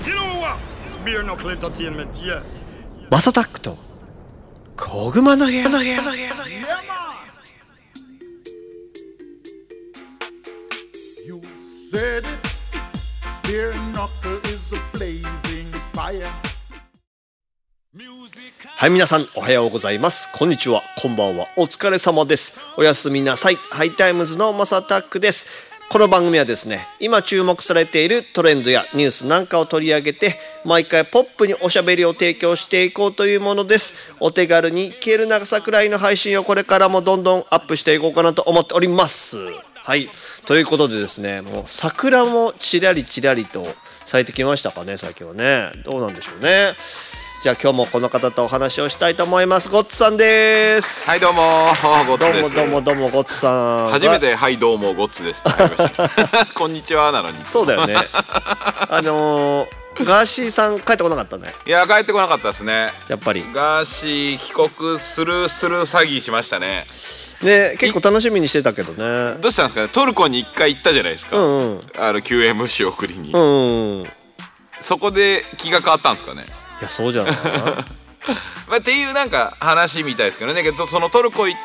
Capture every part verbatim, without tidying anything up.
You know what? It's bare knuckle entertainment, yeah. マサタックと小熊の部屋の部屋の部屋の部屋 You said it. Bare knuckle is a blazing fire. はい、皆さんおはようございます。こんにちは、こんばんは、お疲れ様です。おやすみなさい。ハイタイムズのマサタックです。この番組はですね、今注目されているトレンドやニュースなんかを取り上げて、毎回ポップにおしゃべりを提供していこうというものです。お手軽に消える長さくらいの配信をこれからもどんどんアップしていこうかなと思っております。はい、ということでですね、もう桜もちらりちらりと咲いてきましたかね、最近はね。どうなんでしょうね。じゃあ今日もこの方とお話をしたいと思います。ゴッツさんです。 はい、どうもゴッツです。 どうもどうもどうもゴッツさん。 初めてはいどうもゴッツですって入りましたこんにちはなのに。 そうだよねあのー、ガーシーさん帰ってこなかったね。 いや帰ってこなかったですね。 やっぱりガーシー帰国するする詐欺しましたね。 ね、結構楽しみにしてたけどね。 どうしたんですかね。トルコに一回行ったじゃないですか、うんうん、あの キューエム 仕送りに、うんうん、そこで気が変わったんですかね。 いやそうじゃないまあ、っていうなんか話みたいですけどね。けどそのトルコ行って、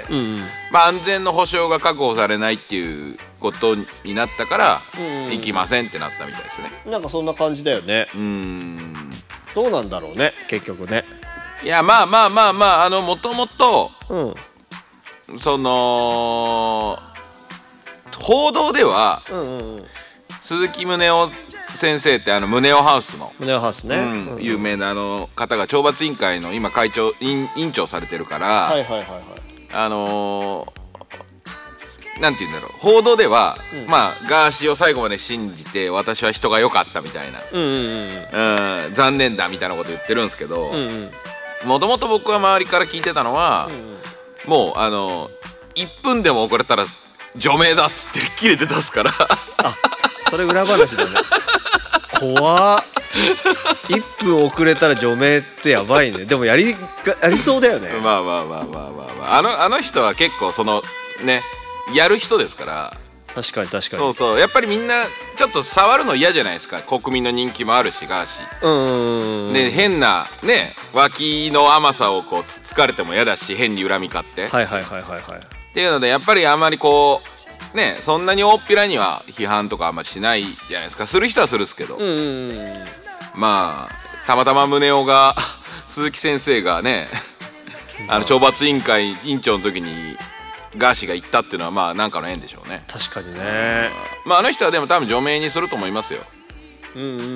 うんうんまあ、安全の保障が確保されないっていうことになったから、うんうん、行きませんってなったみたいですね。 なんかそんな感じだよね。うーんどうなんだろうね結局ね。 いやまあまあまあまああのもともとその報道では、うんうんうん、鈴木宗男先生ってあの宗男ハウスの宗男ハウスね、うんうん、 有名なあの方が懲罰委員会の今会長委員、委員長されてるから、はいはいはいはい、あのー、なんて言うんだろう報道では、うん、まあガーシーを最後まで信じて私は人が良かったみたいな、うんうんうんうん、残念だみたいなこと言ってるんですけど、もともと僕は周りから聞いてたのは、うんうん、もうあのいっぷんでも遅れたら除名だっつって切れて出すからあそれ裏話だね怖っいっぷん遅れたら除名ってやばいね。でもやりやりそうだよねまあまあまあまあまあ、まあ、あのあの人は結構そのねやる人ですから。 確かに確かに。 そうそうやっぱりみんなちょっと触るの嫌じゃないですか。国民の人気もあるしガーシーうんうんで変なね脇の甘さをこうつつかれても嫌だし変に恨み買ってはいはいはいはいはいっていうのでやっぱりあんまりこうね、そんなに大っぴらには批判とかあんまりしないじゃないですか。する人はするっすけど、うんうんうん、まあたまたま宗男が鈴木先生がねあの懲罰委員会委員長の時にガーシーが言ったっていうのはまあなんかの縁でしょうね。 確かにね、 うん、まああの人はでも多分除名にすると思いますよ。うんうんうんうん、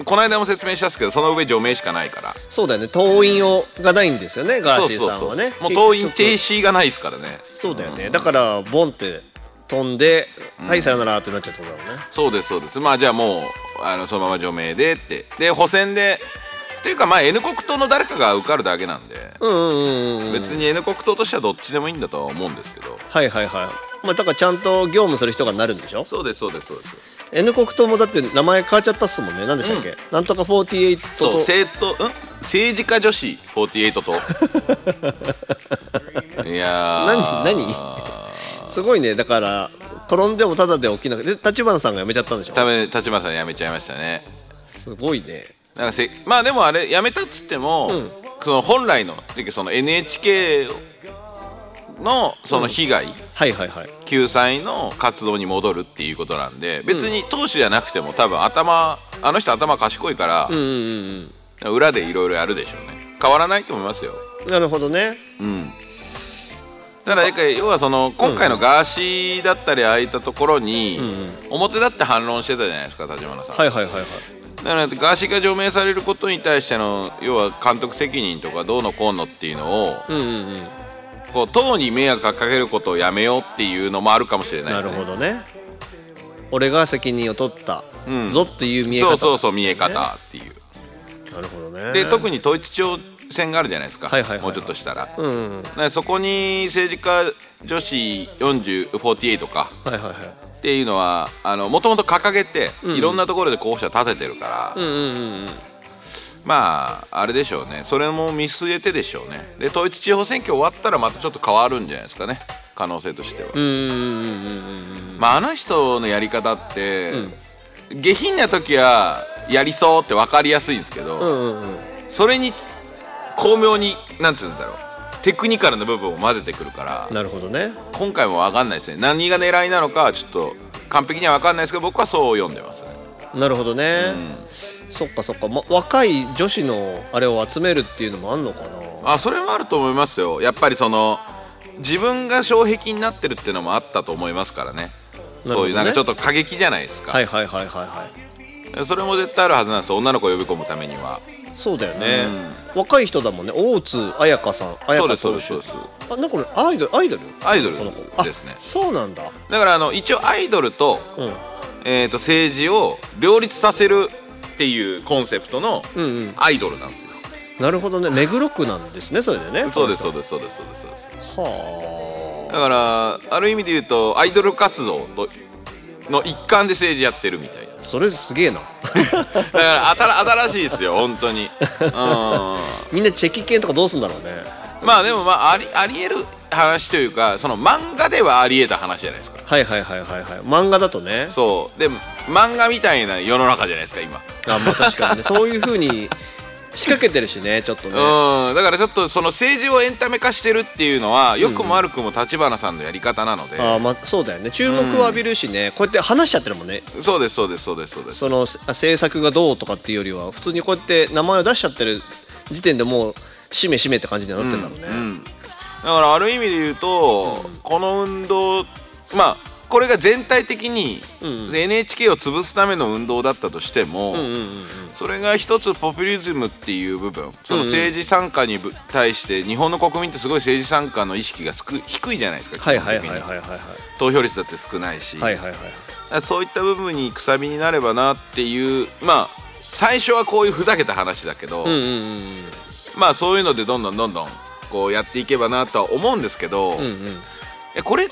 この間も説明したんですけどその上除名しかないから。 そうだよね党員をがないんですよねガーシーさんはね。 もう党員停止がないですからね。 そうだよね、うん、だからボンって飛んで、うん、はいさよならってなっちゃったことだろうね。 そうですそうです。まあじゃあもうあのそのまま除名でってで補選でっていうかまあ N 国党の誰かが受かるだけなんで、うんうんうん、別に N 国党としてはどっちでもいいんだとは思うんですけど。 はいはいはい。まあだからちゃんと業務する人がなるんでしょ。 そうですそうですそうです。 N 国党もだって名前変わっちゃったっすもんね。何でしたっけ、うん、なんとかよんじゅうはちとそう政党ん政治家女子よんじゅうはちといやー何何すごいね。だから転んでもただで起きなくて立花さんが辞めちゃったんでしょ。 ため立花さん辞めちゃいましたね。 すごいね。 なんかせまあでもあれ辞めたっつっても、うん、その本来のその エヌエイチケー のその被害、うん、はいはいはい、救済の活動に戻るっていうことなんで別に党首じゃなくても多分頭あの人頭賢いから、うんうんうん、裏でいろいろやるでしょうね。変わらないと思いますよ。 なるほどね。うんだから要はその今回のガーシーだったりああいったところに表立って反論してたじゃないですか立花さん。 はいはいはいはい。 だからガーシーが除名されることに対しての要は監督責任とかどうのこうのっていうのを、うんうんうん、こう党に迷惑をかけることをやめようっていうのもあるかもしれないですね。 なるほどね。俺が責任を取ったぞっていう見え方、 うん、そうそうそう見え方っていう。 なるほどね。 で特に統一地方選があるじゃないですか、はいはいはいはい、もうちょっとしたら、うんうん、そこに政治家女子よんじゅう、よんじゅうはちか、はいはいはい、っていうのはもともと掲げて、うんうん、いろんなところで候補者立ててるから、うんうんうん、まああれでしょうね。それも見据えてでしょうね。で統一地方選挙終わったらまたちょっと変わるんじゃないですかね可能性としては。うんうんうんうん、まああの人のやり方って、うん下品な時はやりそうって分かりやすいんですけど、うんうんうん、それに巧妙になんて言うんだろうテクニカルな部分を混ぜてくるから。 なるほどね。 今回も分かんないですね。何が狙いなのかはちょっと完璧には分かんないですけど僕はそう読んでますね。 なるほどね、うん、そっかそっか、ま、若い女子のあれを集めるっていうのもあんのかな。 あ、それもあると思いますよ。やっぱりその自分が障壁になってるっていうのもあったと思いますからね。ね、そういうなんかちょっと過激じゃないですか。 はいはいはいはいはい。 それも絶対あるはずなんですよ。女の子を呼び込むためには。 そうだよね、うん、若い人だもんね。大津彩香さん。 そうですそうですそうです。 あ、なんかこれアイドルアイドルアイドルですね。 そうなんだ。 だからあの一応アイドルと、うん、えーと政治を両立させるっていうコンセプトのアイドルなんですよ、うんうん、なるほどね。目黒区なんですねそれでね。 そうですそうですそうですそうですそうです。 はあ。だからある意味で言うとアイドル活動の一環で政治やってるみたいな。 それすげえなだから新しいですよ本当に、うん、 みんなチェキ系とかどうすんだろうね。 まあでもまああり、ありえる話というかその漫画ではありえた話じゃないですか。 はいはいはいはいはい。漫画だとね。 そうで漫画みたいな世の中じゃないですか今。 あ、まあ確かにねそういう風に仕掛けてるしねちょっとね。 うん、だからちょっとその政治をエンタメ化してるっていうのは良くも悪くも立花さんのやり方なので、うん、 あ、まあそうだよね。注目を浴びるしね、うん、こうやって話しちゃってるもんね。 そうですそうですそうですそうです。 その制作がどうとかっていうよりは普通にこうやって名前を出しちゃってる時点でもうしめしめって感じになってるんだろうね、うんうん、 だからある意味で言うと、うん、この運動まあこれが全体的に エヌエイチケー を潰すための運動だったとしても、それが一つポピュリズムっていう部分、その政治参加に対して日本の国民ってすごい政治参加の意識が低いじゃないですか。投票率だって少ないし、はいはいはい、そういった部分にくさびになればなっていう、まあ最初はこういうふざけた話だけど、うんうんうん、まあそういうのでどんどんどんどんこうやっていけばなとは思うんですけど、うんうん、これって、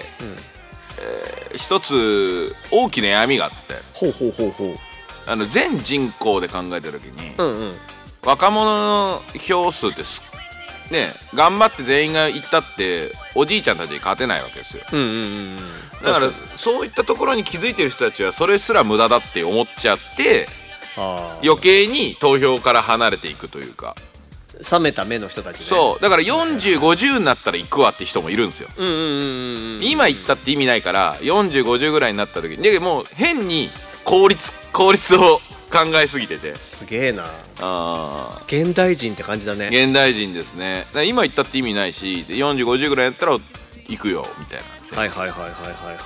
うんえー、一つ大きな闇があって、 ほうほうほうほう、 あの全人口で考えた時に、うんうん、若者の票数ってね、頑張って全員が行ったっておじいちゃんたちに勝てないわけですよ、うんうんうん、だからそういったところに気づいてる人たちはそれすら無駄だって思っちゃって余計に投票から離れていくというか、 冷めた目の人たちね。 そうだからよんじゅう、ごじゅうになったら行くわって人もいるんですよ、うんうんうんうん、今行ったって意味ないからよんじゅう、ごじゅうぐらいになった時にでもう変に効率効率を考えすぎてて、 すげえなあ、現代人って感じだね。 現代人ですね。だから今行ったって意味ないしよんじゅう、ごじゅうぐらいやったら行くよみたいな。はいはいはいはいはいはいはい。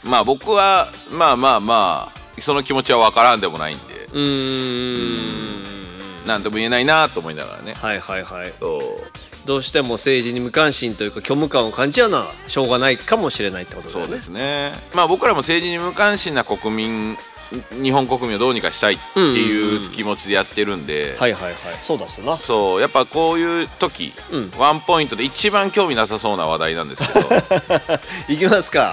まあ僕はまあまあまあその気持ちは分からんでもないんで、うーん、なんとも言えないなと思いながらね。 はいはいはい。そうどうしても政治に無関心というか虚無感を感じちゃうのはしょうがないかもしれないってことだよね。 そうですね。まあ僕らも政治に無関心な国民、日本国民をどうにかしたいっていう気持ちでやってるんで、 はいはいはい、そうだっすな。 そうやっぱこういう時、うん、ワンポイントで一番興味なさそうな話題なんですけどいきますか。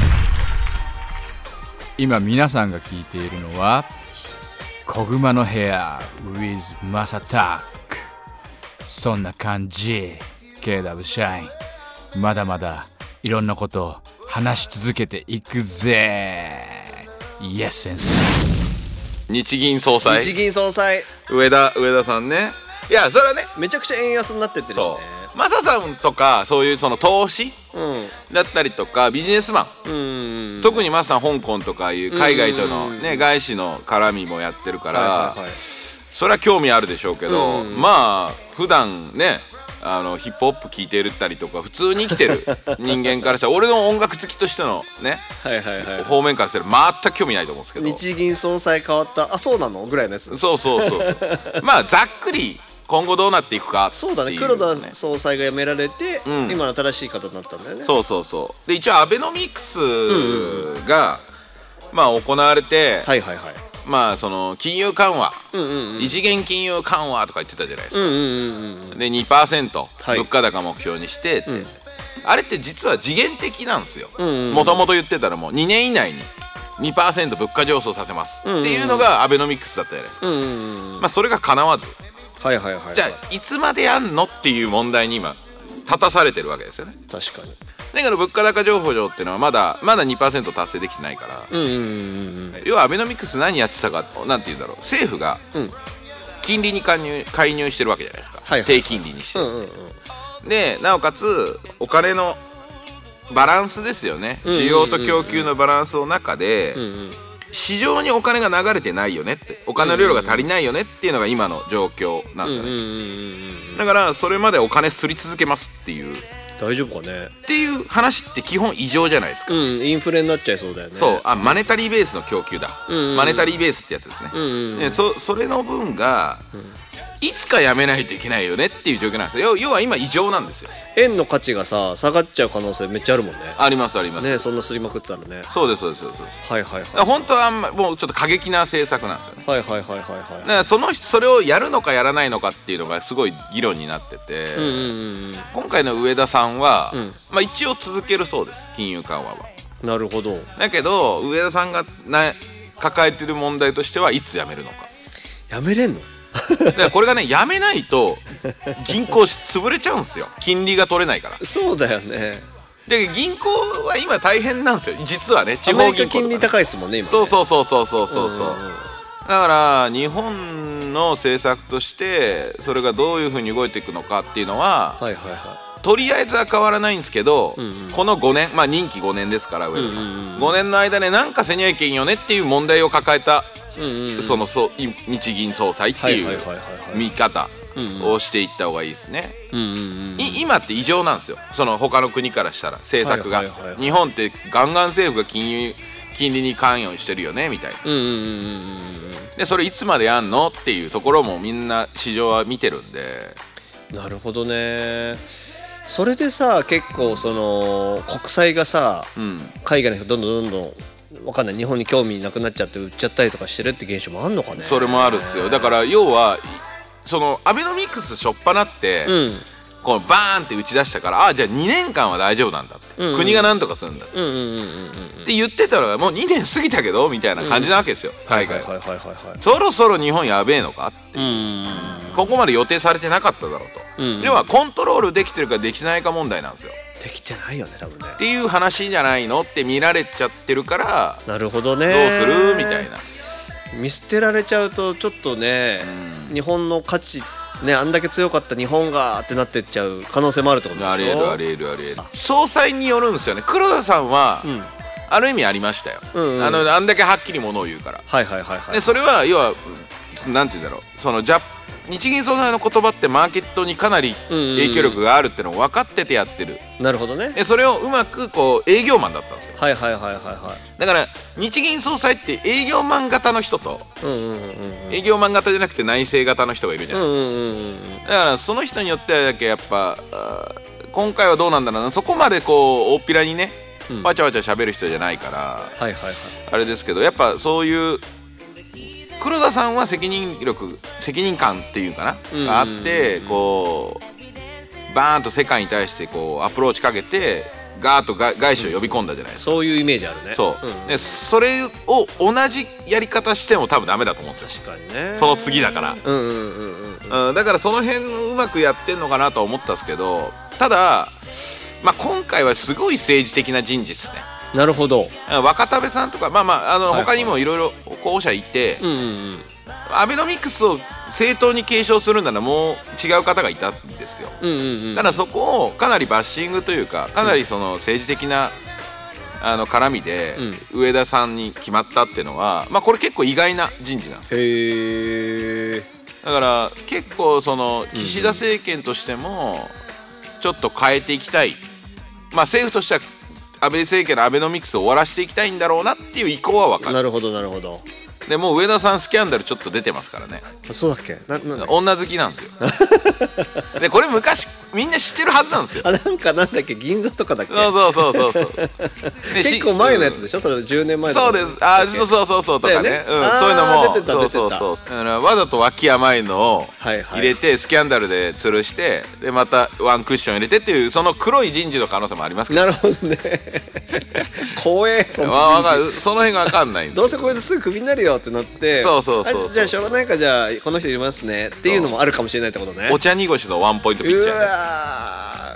今皆さんが聞いているのは小熊の部屋 with マサタック。そんな感じ ケーダブリュー 社員まだまだいろんなことを話し続けていくぜ。イエス先生。 日銀総裁日銀総裁上田上田さんね。いやそれはねめちゃくちゃ円安になってってるしね。 マサさんとかそういうその投資、うん、だったりとかビジネスマン、うん、特にマサさん香港とかいう海外との、ね、外資の絡みもやってるから、はいはいはい、それは興味あるでしょうけど、うん、まあ普段ねあのヒップホップ聴いてるったりとか普通に生きてる人間からしたら俺の音楽好きとしてのね、はいはいはい、方面からしたら全く興味ないと思うんですけど、 日銀総裁変わったあそうなのぐらいのやつ。 そうそうそうまあざっくり今後どうなっていくかっていう、ね、 そうだね。黒田総裁が辞められて、うん、今の新しい方になったんだよね。 そうそうそうで一応アベノミクスが、うん、まあ行われて、はいはいはい、まあその金融緩和、うんうんうん、異次元金融緩和とか言ってたじゃないですか、うんうんうんうん、で にパーセント、はい、物価高目標にしてって、うん、あれって実は次元的なんですよ。もともと言ってたらもうにねん以内に にパーセント 物価上昇させます、うんうんうん、っていうのがアベノミクスだったじゃないですか、うんうんうん、まあそれが叶わず、はいはいはいはい、じゃあいつまでやんのっていう問題に今立たされてるわけですよね。 確かに。 だけど物価高情報上っていうのはまだまだ にパーセント 達成できてないから、 うんうんうんうん、 要はアベノミクス何やってたか、なんて言うんだろう、政府が金利に介入介入してるわけじゃないですか、はいはいはい、低金利にして、うんうんうん、でなおかつお金のバランスですよね、需要と供給のバランスの中で、うんうん、市場にお金が流れてないよねって、お金の量が足りないよねっていうのが今の状況なんですよね、うんうんうんうん、だからそれまでお金すり続けますっていう、 大丈夫かねっていう話って基本異常じゃないですか、 うん、インフレになっちゃいそうだよね。 そう、あ、マネタリーベースの供給だ、うんうん、マネタリーベースってやつですね、うんうん、で そ, それの分が、うん、いつかやめないといけないよねっていう状況なんですよ。要は今異常なんですよ。 円の価値がさ下がっちゃう可能性めっちゃあるもんね。 ありますありますね、そんなすりまくってたらね。 そうですそうですそうです。 はいはいはい。 本当はあんまもうちょっと過激な政策なんですよね。 はいはいはいはいはい。 だからそのそれをやるのかやらないのかっていうのがすごい議論になってて、うんうんうん、今回の上田さんは、うん、まあ一応続けるそうです、金融緩和は。 なるほど。 だけど上田さんがな抱えてる問題としてはいつやめるのか。 やめれんの？ だからこれがね、やめないと銀行潰れちゃうんですよ、金利が取れないから。 そうだよね。 で銀行は今大変なんですよ実はね。地方銀行とかね、 アメリカ金利高いですもんね今ね。 そうそうそうそうそうそうそう、うんうんうん、だから日本の政策としてそれがどういうふうに動いていくのかっていうのは、はいはいはい、とりあえずは変わらないんですけど、うんうん、このごねん、まあ任期ごねんですから上田さん、うんうんうん、ごねんの間で何かせにゃいけんよねっていう問題を抱えた、うんうんうん、そのそ日銀総裁っていう見方をしていった方がいいですね、うんうんうん、今って異常なんですよ、その他の国からしたら政策が、はいはいはいはい、日本ってガンガン政府が金融金利に関与してるよねみたいな、うんうんうんうん、でそれいつまでやんのっていうところもみんな市場は見てるんで。 なるほどね。それでさ結構その国債がさ、うん、海外の人どんどんどんどんわかんない日本に興味なくなっちゃって売っちゃったりとかしてるって現象もあんのかね。 それもあるっすよ。だから要はそのアベノミクスしょっぱなって、うん、このバーンって打ち出したから、ああじゃあにねんかんは大丈夫なんだって、うんうん、国がなんとかするんだって、うんうんうんうん、って言ってたのがもうにねん過ぎたけどみたいな感じなわけですよ、うん、海外は。そろそろ日本やべえのかって、うんうんうん、ここまで予定されてなかっただろうと、うんうん、要はコントロールできてるかできてないか問題なんですよ。 できてないよね多分ねっていう話じゃないのって見られちゃってるから。 なるほどね。 どうするみたいな。 見捨てられちゃうとちょっとね、うん、日本の価値ね、あんだけ強かった日本がってなってっちゃう可能性もあるってことでしょ。 ありえるありえるありえる。総裁によるんですよね。黒田さんは、うん、ある意味ありましたよ、うんうん、あのあんだけはっきりものを言うから。 はいはいはいはい。 でそれは要はなんて言うんだろう、そのジャ日銀総裁の言葉ってマーケットにかなり影響力があるってのを分かっててやってる、 うん、なるほどね。 でそれをうまくこう営業マンだったんですよ。 はいはいはいはいはい。 だから日銀総裁って営業マン型の人と、うんうんうんうん、営業マン型じゃなくて内政型の人がいるじゃないですか、うんうんうん、だからその人によってはだけやっぱ今回はどうなんだろうな、そこまでこう大っぴらにね、うん、わちゃわちゃ喋る人じゃないから、はいはいはい、あれですけどやっぱそういう黒田さんは責任力責任感っていうかな、うんうんうん、があってこうバーンと世界に対してこうアプローチかけてガーッと外資を呼び込んだじゃないですか、 うん、そういうイメージあるね。 そう、うん、でそれを同じやり方しても多分ダメだと思うんですよ。 確かにね。 その次だから、 うんうんうんうんうん、だからその辺うまくやってんのかなとは思ったんですけど、ただ、まあ、今回はすごい政治的な人事ですね。 なるほど。 若田部さんとかまあまああの、はいはい、他にもいろいろ候補者いて、うんうんうん、アベノミクスを正当に継承するならもう違う方がいたんですよ、うんうんうん、ただそこをかなりバッシングというかかなりその政治的なあの絡みで上田さんに決まったっていうのは、まあ、これ結構意外な人事なんですよ。へー。だから結構その岸田政権としてもちょっと変えていきたい、まあ、政府としては安倍政権のアベノミクスを終わらせていきたいんだろうなっていう意向は分かる。 なるほどなるほど。 でもう上田さんスキャンダルちょっと出てますからね。 そうだっけ。ななんだっけ。 女好きなんですよでこれ昔みんな知ってるはずなんですよ。 あなんかなんだっけ銀座とかだっけ。 そうそうそうそうそう結構前のやつでしょ、それじゅうねんまえとか。 そうです。あそうそうそうそうとかね、ね、うん、そういうのも出てた出てた。そうそうそう。だからわざと脇甘いのを入れて、はいはい、スキャンダルで吊るしてでまたワンクッション入れてっていうその黒い人事の可能性もありますけど。 なるほどね怖えその人事、 まあ、その辺が分かんないんです。 どうせこいつすぐクビになるよってなって、 そうそうそうそう、 じゃあしょうがないか、じゃあこの人いますねっていうのもあるかもしれないってことね。 お茶濁しのワンポイントピッチャーね。うわ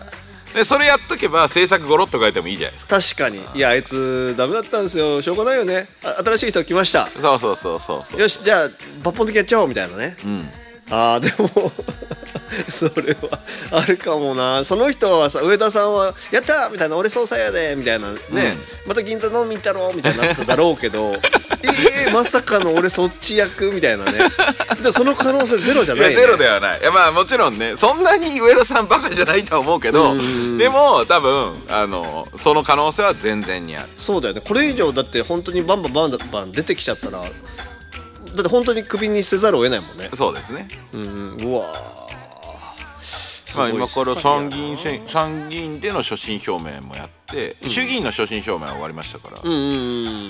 でそれやっとけば制作ゴロッと変えてもいいじゃないですか。 確かに。いやあいつダメだったんですよ、しょうがないよね、あ新しい人来ました、 そうそうそうそうそう、 よしじゃあ抜本的やっちゃおうみたいなね。 うん、 あーでもそれはあるかもな。その人はさ、上田さんはやったーみたいな、俺総裁やでみたいなね、うん、また銀座飲み行ったろみたいになっただろうけどえー、まさかの俺そっち役みたいなね。でその可能性ゼロじゃない、ね、 いやゼロではない。いやまあもちろんね、そんなに上田さんバカじゃないとは思うけど、でも多分あのその可能性は全然にある。 そうだよね。これ以上だって本当にバンバンバンバン出てきちゃったら、だって本当にクビにせざるを得ないもんね。 そうですね。 うん、うわまあ、今から参議院選参議院での所信表明もやって、うん、衆議院の所信表明は終わりましたから、うんうんうん、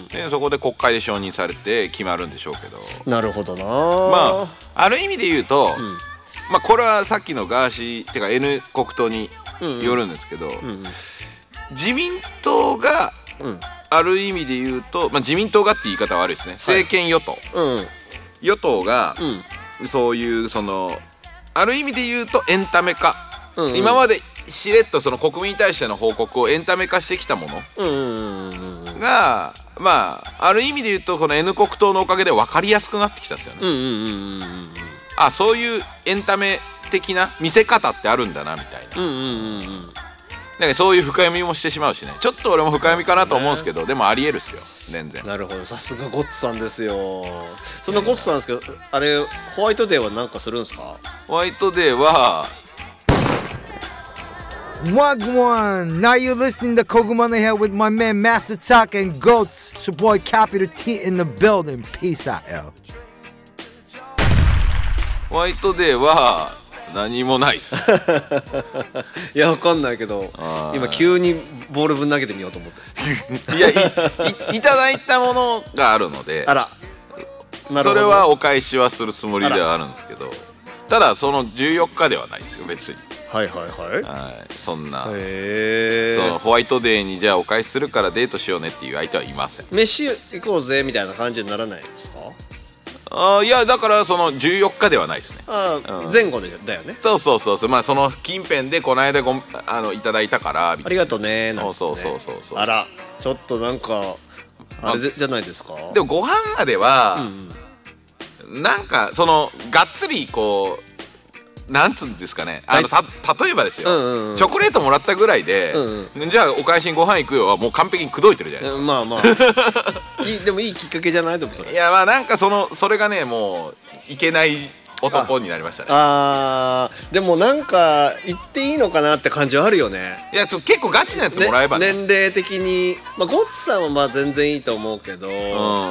でそこで国会で承認されて決まるんでしょうけど。 なるほどな。まあある意味で言うと、うん、まあこれはさっきのガーシーってか N 国党によるんですけど、うんうん、自民党が、うん、ある意味で言うと、まあ、自民党がって言い方は悪いですね、政権与党、はい、与党が、うん、そういうそのある意味で言うとエンタメ化、うんうん、今までしれっとその国民に対しての報告をエンタメ化してきたものが、まあある意味で言うとこの N 国党のおかげで分かりやすくなってきたんですよね。うんうんうんうん、あ、そういうエンタメ的な見せ方ってあるんだなみたいな、うんうんうんうん、だからそういう深読みもしてしまうしね。ちょっと俺も深読みかなと思うんですけど、ね、でもありえるっすよ全然。 なるほど、さすがゴッツさんですよ。そんなゴッツさんですけど、あれホワイトデーは何かするんですか？ ホワイトデーは Wagwan! Now you're listening to Koguma no Hair with my man Master Talk and Goats. It's your boy Capital T in the building. Peace out, L. ホワイトデーは何もないっす。 いやわかんないけど、今急にボールぶん投げてみようと思って。 いや い, い, いただいたものがあるので、 あら、なるほど、 それはお返しはするつもりではあるんですけど、ただそのじゅうよっかではないですよ別に。 はいはいはい、 はい、そんなへそのホワイトデーにじゃあお返しするからデートしようねっていう相手はいません。 飯行こうぜみたいな感じにならないですか？ あ、いやだからそのじゅうよっかではないですね。 あ、うん、前後でだよね。 そうそうそうそう、まあその近辺でこの間ごあのいただいたからみたいな、 ありがとうねなんつってね。 そうそうそうそう。 あら、ちょっとなんかあれじゃないですか。 でもご飯までは、うんうん、なんかそのがっつりこうなんつうんですかね、あのた例えばですよ、うんうんうん、チョコレートもらったぐらいで、うんうん、じゃあお返しにご飯行くよはもう完璧に口説いてるじゃないですか。 まあまあいい、でもいいきっかけじゃないと思う。 いやまあなんかそのそれがねもういけない男になりましたね。 ああ、でもなんか言っていいのかなって感じはあるよね。 いや結構ガチなやつもらえばね、 年齢的に、まあ、ゴッツさんはまあ全然いいと思うけど、うん、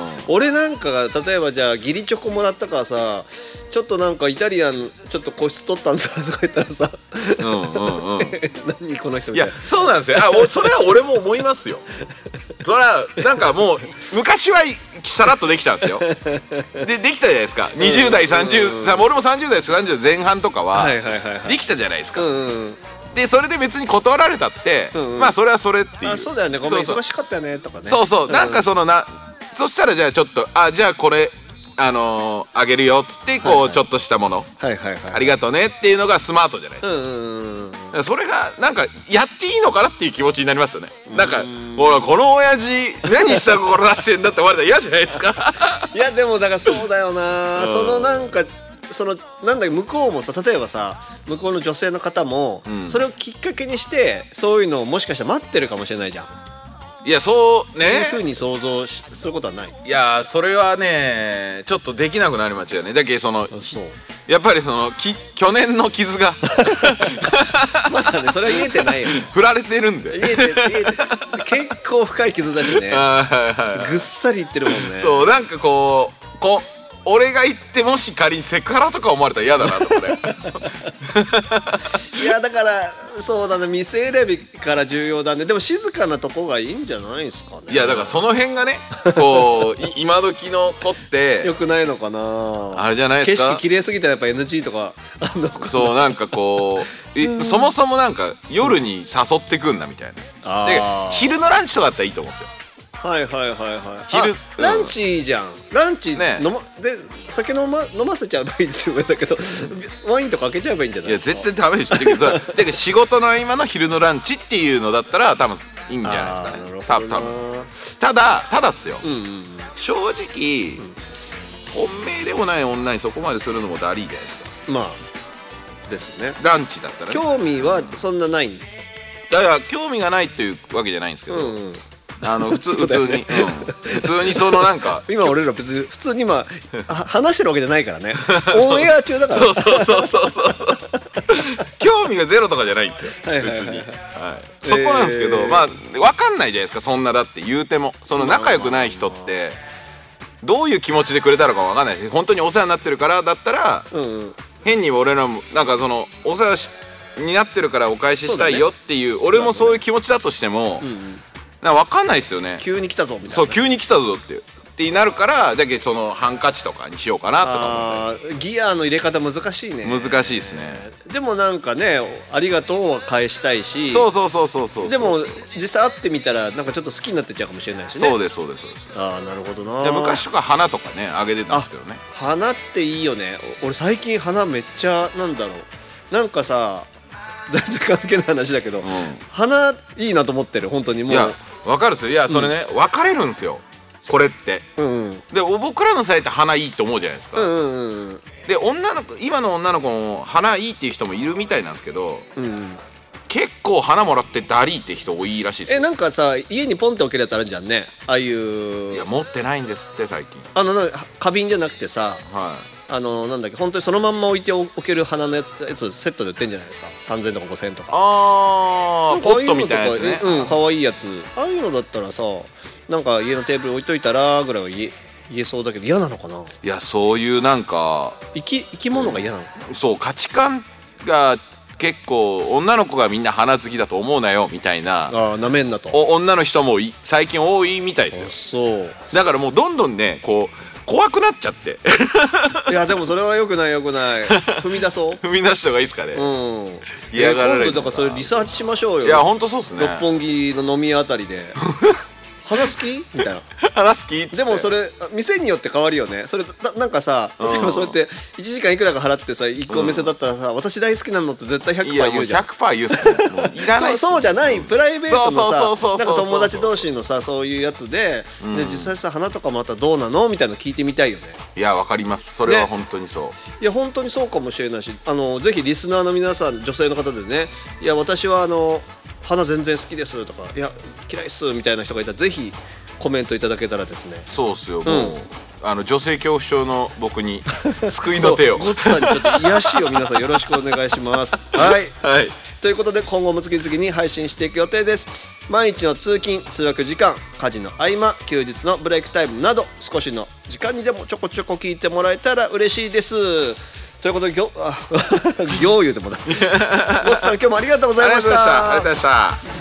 俺なんかが例えばじゃあ義理チョコもらったからさ、ちょっとなんかイタリアンちょっと個室取ったんだとか言ったらさ、うんうんうん、何この人みたいな。 いやそうなんですよ。あ、それは俺も思いますよ。それはなんかもう昔はさらっとできたんですよ。でできたじゃないですか。にじゅう代さんじゅう、さ俺もさんじゅう代さんじゅう代前半とかはできたじゃないですか。でそれで別に断られたって、うんうん、まあそれはそれっていう。 あ、そうだよね、ごめん忙しかったよねとかね。 そうそう、なんかそのな、そしたらじゃあちょっとあじゃあこれあのー、あげるよっつってこう、はいはい、ちょっとしたもの、はいはいはい、ありがとうねっていうのがスマートじゃないですか。うんうんうん、それがなんかやっていいのかなっていう気持ちになりますよね。なんかほらこの親父何下心出してんだって言われたら嫌じゃないですか。 いやでもだからそうだよな、うん、そのなんかそのなんだ向こうもさ、例えばさ向こうの女性の方も、うん、それをきっかけにしてそういうのをもしかしたら待ってるかもしれないじゃん。 いやそうね、そういう風に想像することはない。 いやそれはねちょっとできなくなりましたよね。だけどそのそうやっぱりそのき去年の傷がまだねそれは言えてないよ。 振られてるんで言えて言えて結構深い傷だしね。ぐっさりいってるもんね。 そうなんかこうこ俺が言ってもし仮にセクハラとか思われたら嫌だなと思っていやだからそうだね、店選びから重要だね。でも静かなとこがいいんじゃないですかね。 いやだからその辺がねこう今時の子ってよくないのかな。あれじゃないですか、 景色綺麗すぎたらやっぱ エヌジー とかあんのかな。 そうなんかこう、うん、そもそもなんか夜に誘ってくんなみたいな。で昼のランチとかだったらいいと思うんですよ。 はいはいはいはい。 昼、 うん、ランチいいじゃん。ランチ、ね、飲まで酒飲ま飲ませちゃえばいいって言われたけどワインとか開けちゃえばいいんじゃないですか。 いや絶対ダメでしょ。だけどだけど仕事の合間の昼のランチっていうのだったら多分いいんじゃないですかね。多分多分ただただっすよ、うんうんうん、正直、うん、本命でもない女にそこまでするのもダリーじゃないですか。 まあですね。 ランチだったらね。 興味はそんなないんだから興味がないっていうわけじゃないんですけど、うんうん、あの普通、普通に、うん、普通にそのなんか今俺ら別に普通に今話してるわけじゃないからねオンエア中だからそうそうそうそう興味がゼロとかじゃないんですよ別に、はい、そこなんですけど、えー、まあ分かんないじゃないですか。そんなだって言うてもその仲良くない人ってどういう気持ちでくれたのか分かんないし、本当にお世話になってるからだったら、うんうん、変に俺らもなんかそのお世話になってるからお返ししたいよっていう、俺もそういう気持ちだとしても、うんうん、なんか分かんないですよね。 急に来たぞみたいな。 そう急に来たぞってってなるから、だけどそのハンカチとかにしようかなとか思って。 ギアの入れ方難しいね。 難しいですね。 でもなんかね、ありがとうは返したいし、 そうそうそうそうそう。 でも実際会ってみたらなんかちょっと好きになってっちゃうかもしれないしね。 そうですそうですそうです。 ああなるほどな。 で昔とか花とかねあげてたんですけどね。 花っていいよね。俺最近花めっちゃなんだろう、なんかさ全然関係ない話だけど、うん、花いいなと思ってる本当にもう。いや分かるっすよ。いやそれね、うん、分かれるんですよこれって、うんうん、で僕らの際って花いいと思うじゃないですか、うんうんうん、で女の子今の女の子も花いいっていう人もいるみたいなんですけど、うんうん、結構花もらってダリーって人多いらしいですよ。 えなんかさ家にポンって置けるやつあるじゃんね、ああいう。 いや持ってないんですって最近。 あの花瓶じゃなくてさ、はい、あのなんだっけ本当にそのまんま置いておける花のやつ、やつセットで売ってんじゃないですか。さんぜんえんとかごせんえんとか。 あーポットみたいなやつね。 うん可愛いやつ。ああいうのだったらさなんか家のテーブル置いといたらぐらいは言え、言えそうだけど嫌なのかな。 いやそういうなんか生き、生き物が嫌なのかな、 うん、そう価値観が結構女の子がみんな花好きだと思うなよみたいな。 ああなめんなと女の人も最近多いみたいですよ。そうだからもうどんどんねこう怖くなっちゃっていやでもそれはよくないよくない踏み出そう踏み出した方がいいですかね。うん嫌がられる。今度だからそれリサーチしましょうよ。 いや本当そうですね。 六本木の飲み屋あたりで花好きみたいな花好きでもそれ店によって変わるよね。それな, なんかさ例えばそうやっていちじかんいくらか払ってさいっこお店だったらさ、うん、私大好きなのって絶対 ひゃくパーセント 言うじゃん。いやもうひゃくパーセント 言うっすね。もういらない。 そう、そうじゃないプライベートのさなんか友達同士のさそういうやつ で,、うん、で実際さ花とかまたどうなのみたいなの聞いてみたいよね。 いやわかります。それは本当にそう、ね、 いや本当にそうかもしれないし、あのぜひリスナーの皆さん女性の方でね、いや私はあの花全然好きですとかいや嫌いっすみたいな人がいたらぜひコメントいただけたらですね。 そうっすよ、うん、もうあの女性恐怖症の僕に救いの手をゴッツさんにちょっと癒しを皆さんよろしくお願いしますはい、はい、ということで今後も次々に配信していく予定です。毎日の通勤通学時間、家事の合間、休日のブレイクタイムなど少しの時間にでもちょこちょこ聞いてもらえたら嬉しいです。ということでぎょあぎょう言うてもだゴッツさん今日もありがとうございました。 ありがとうございました。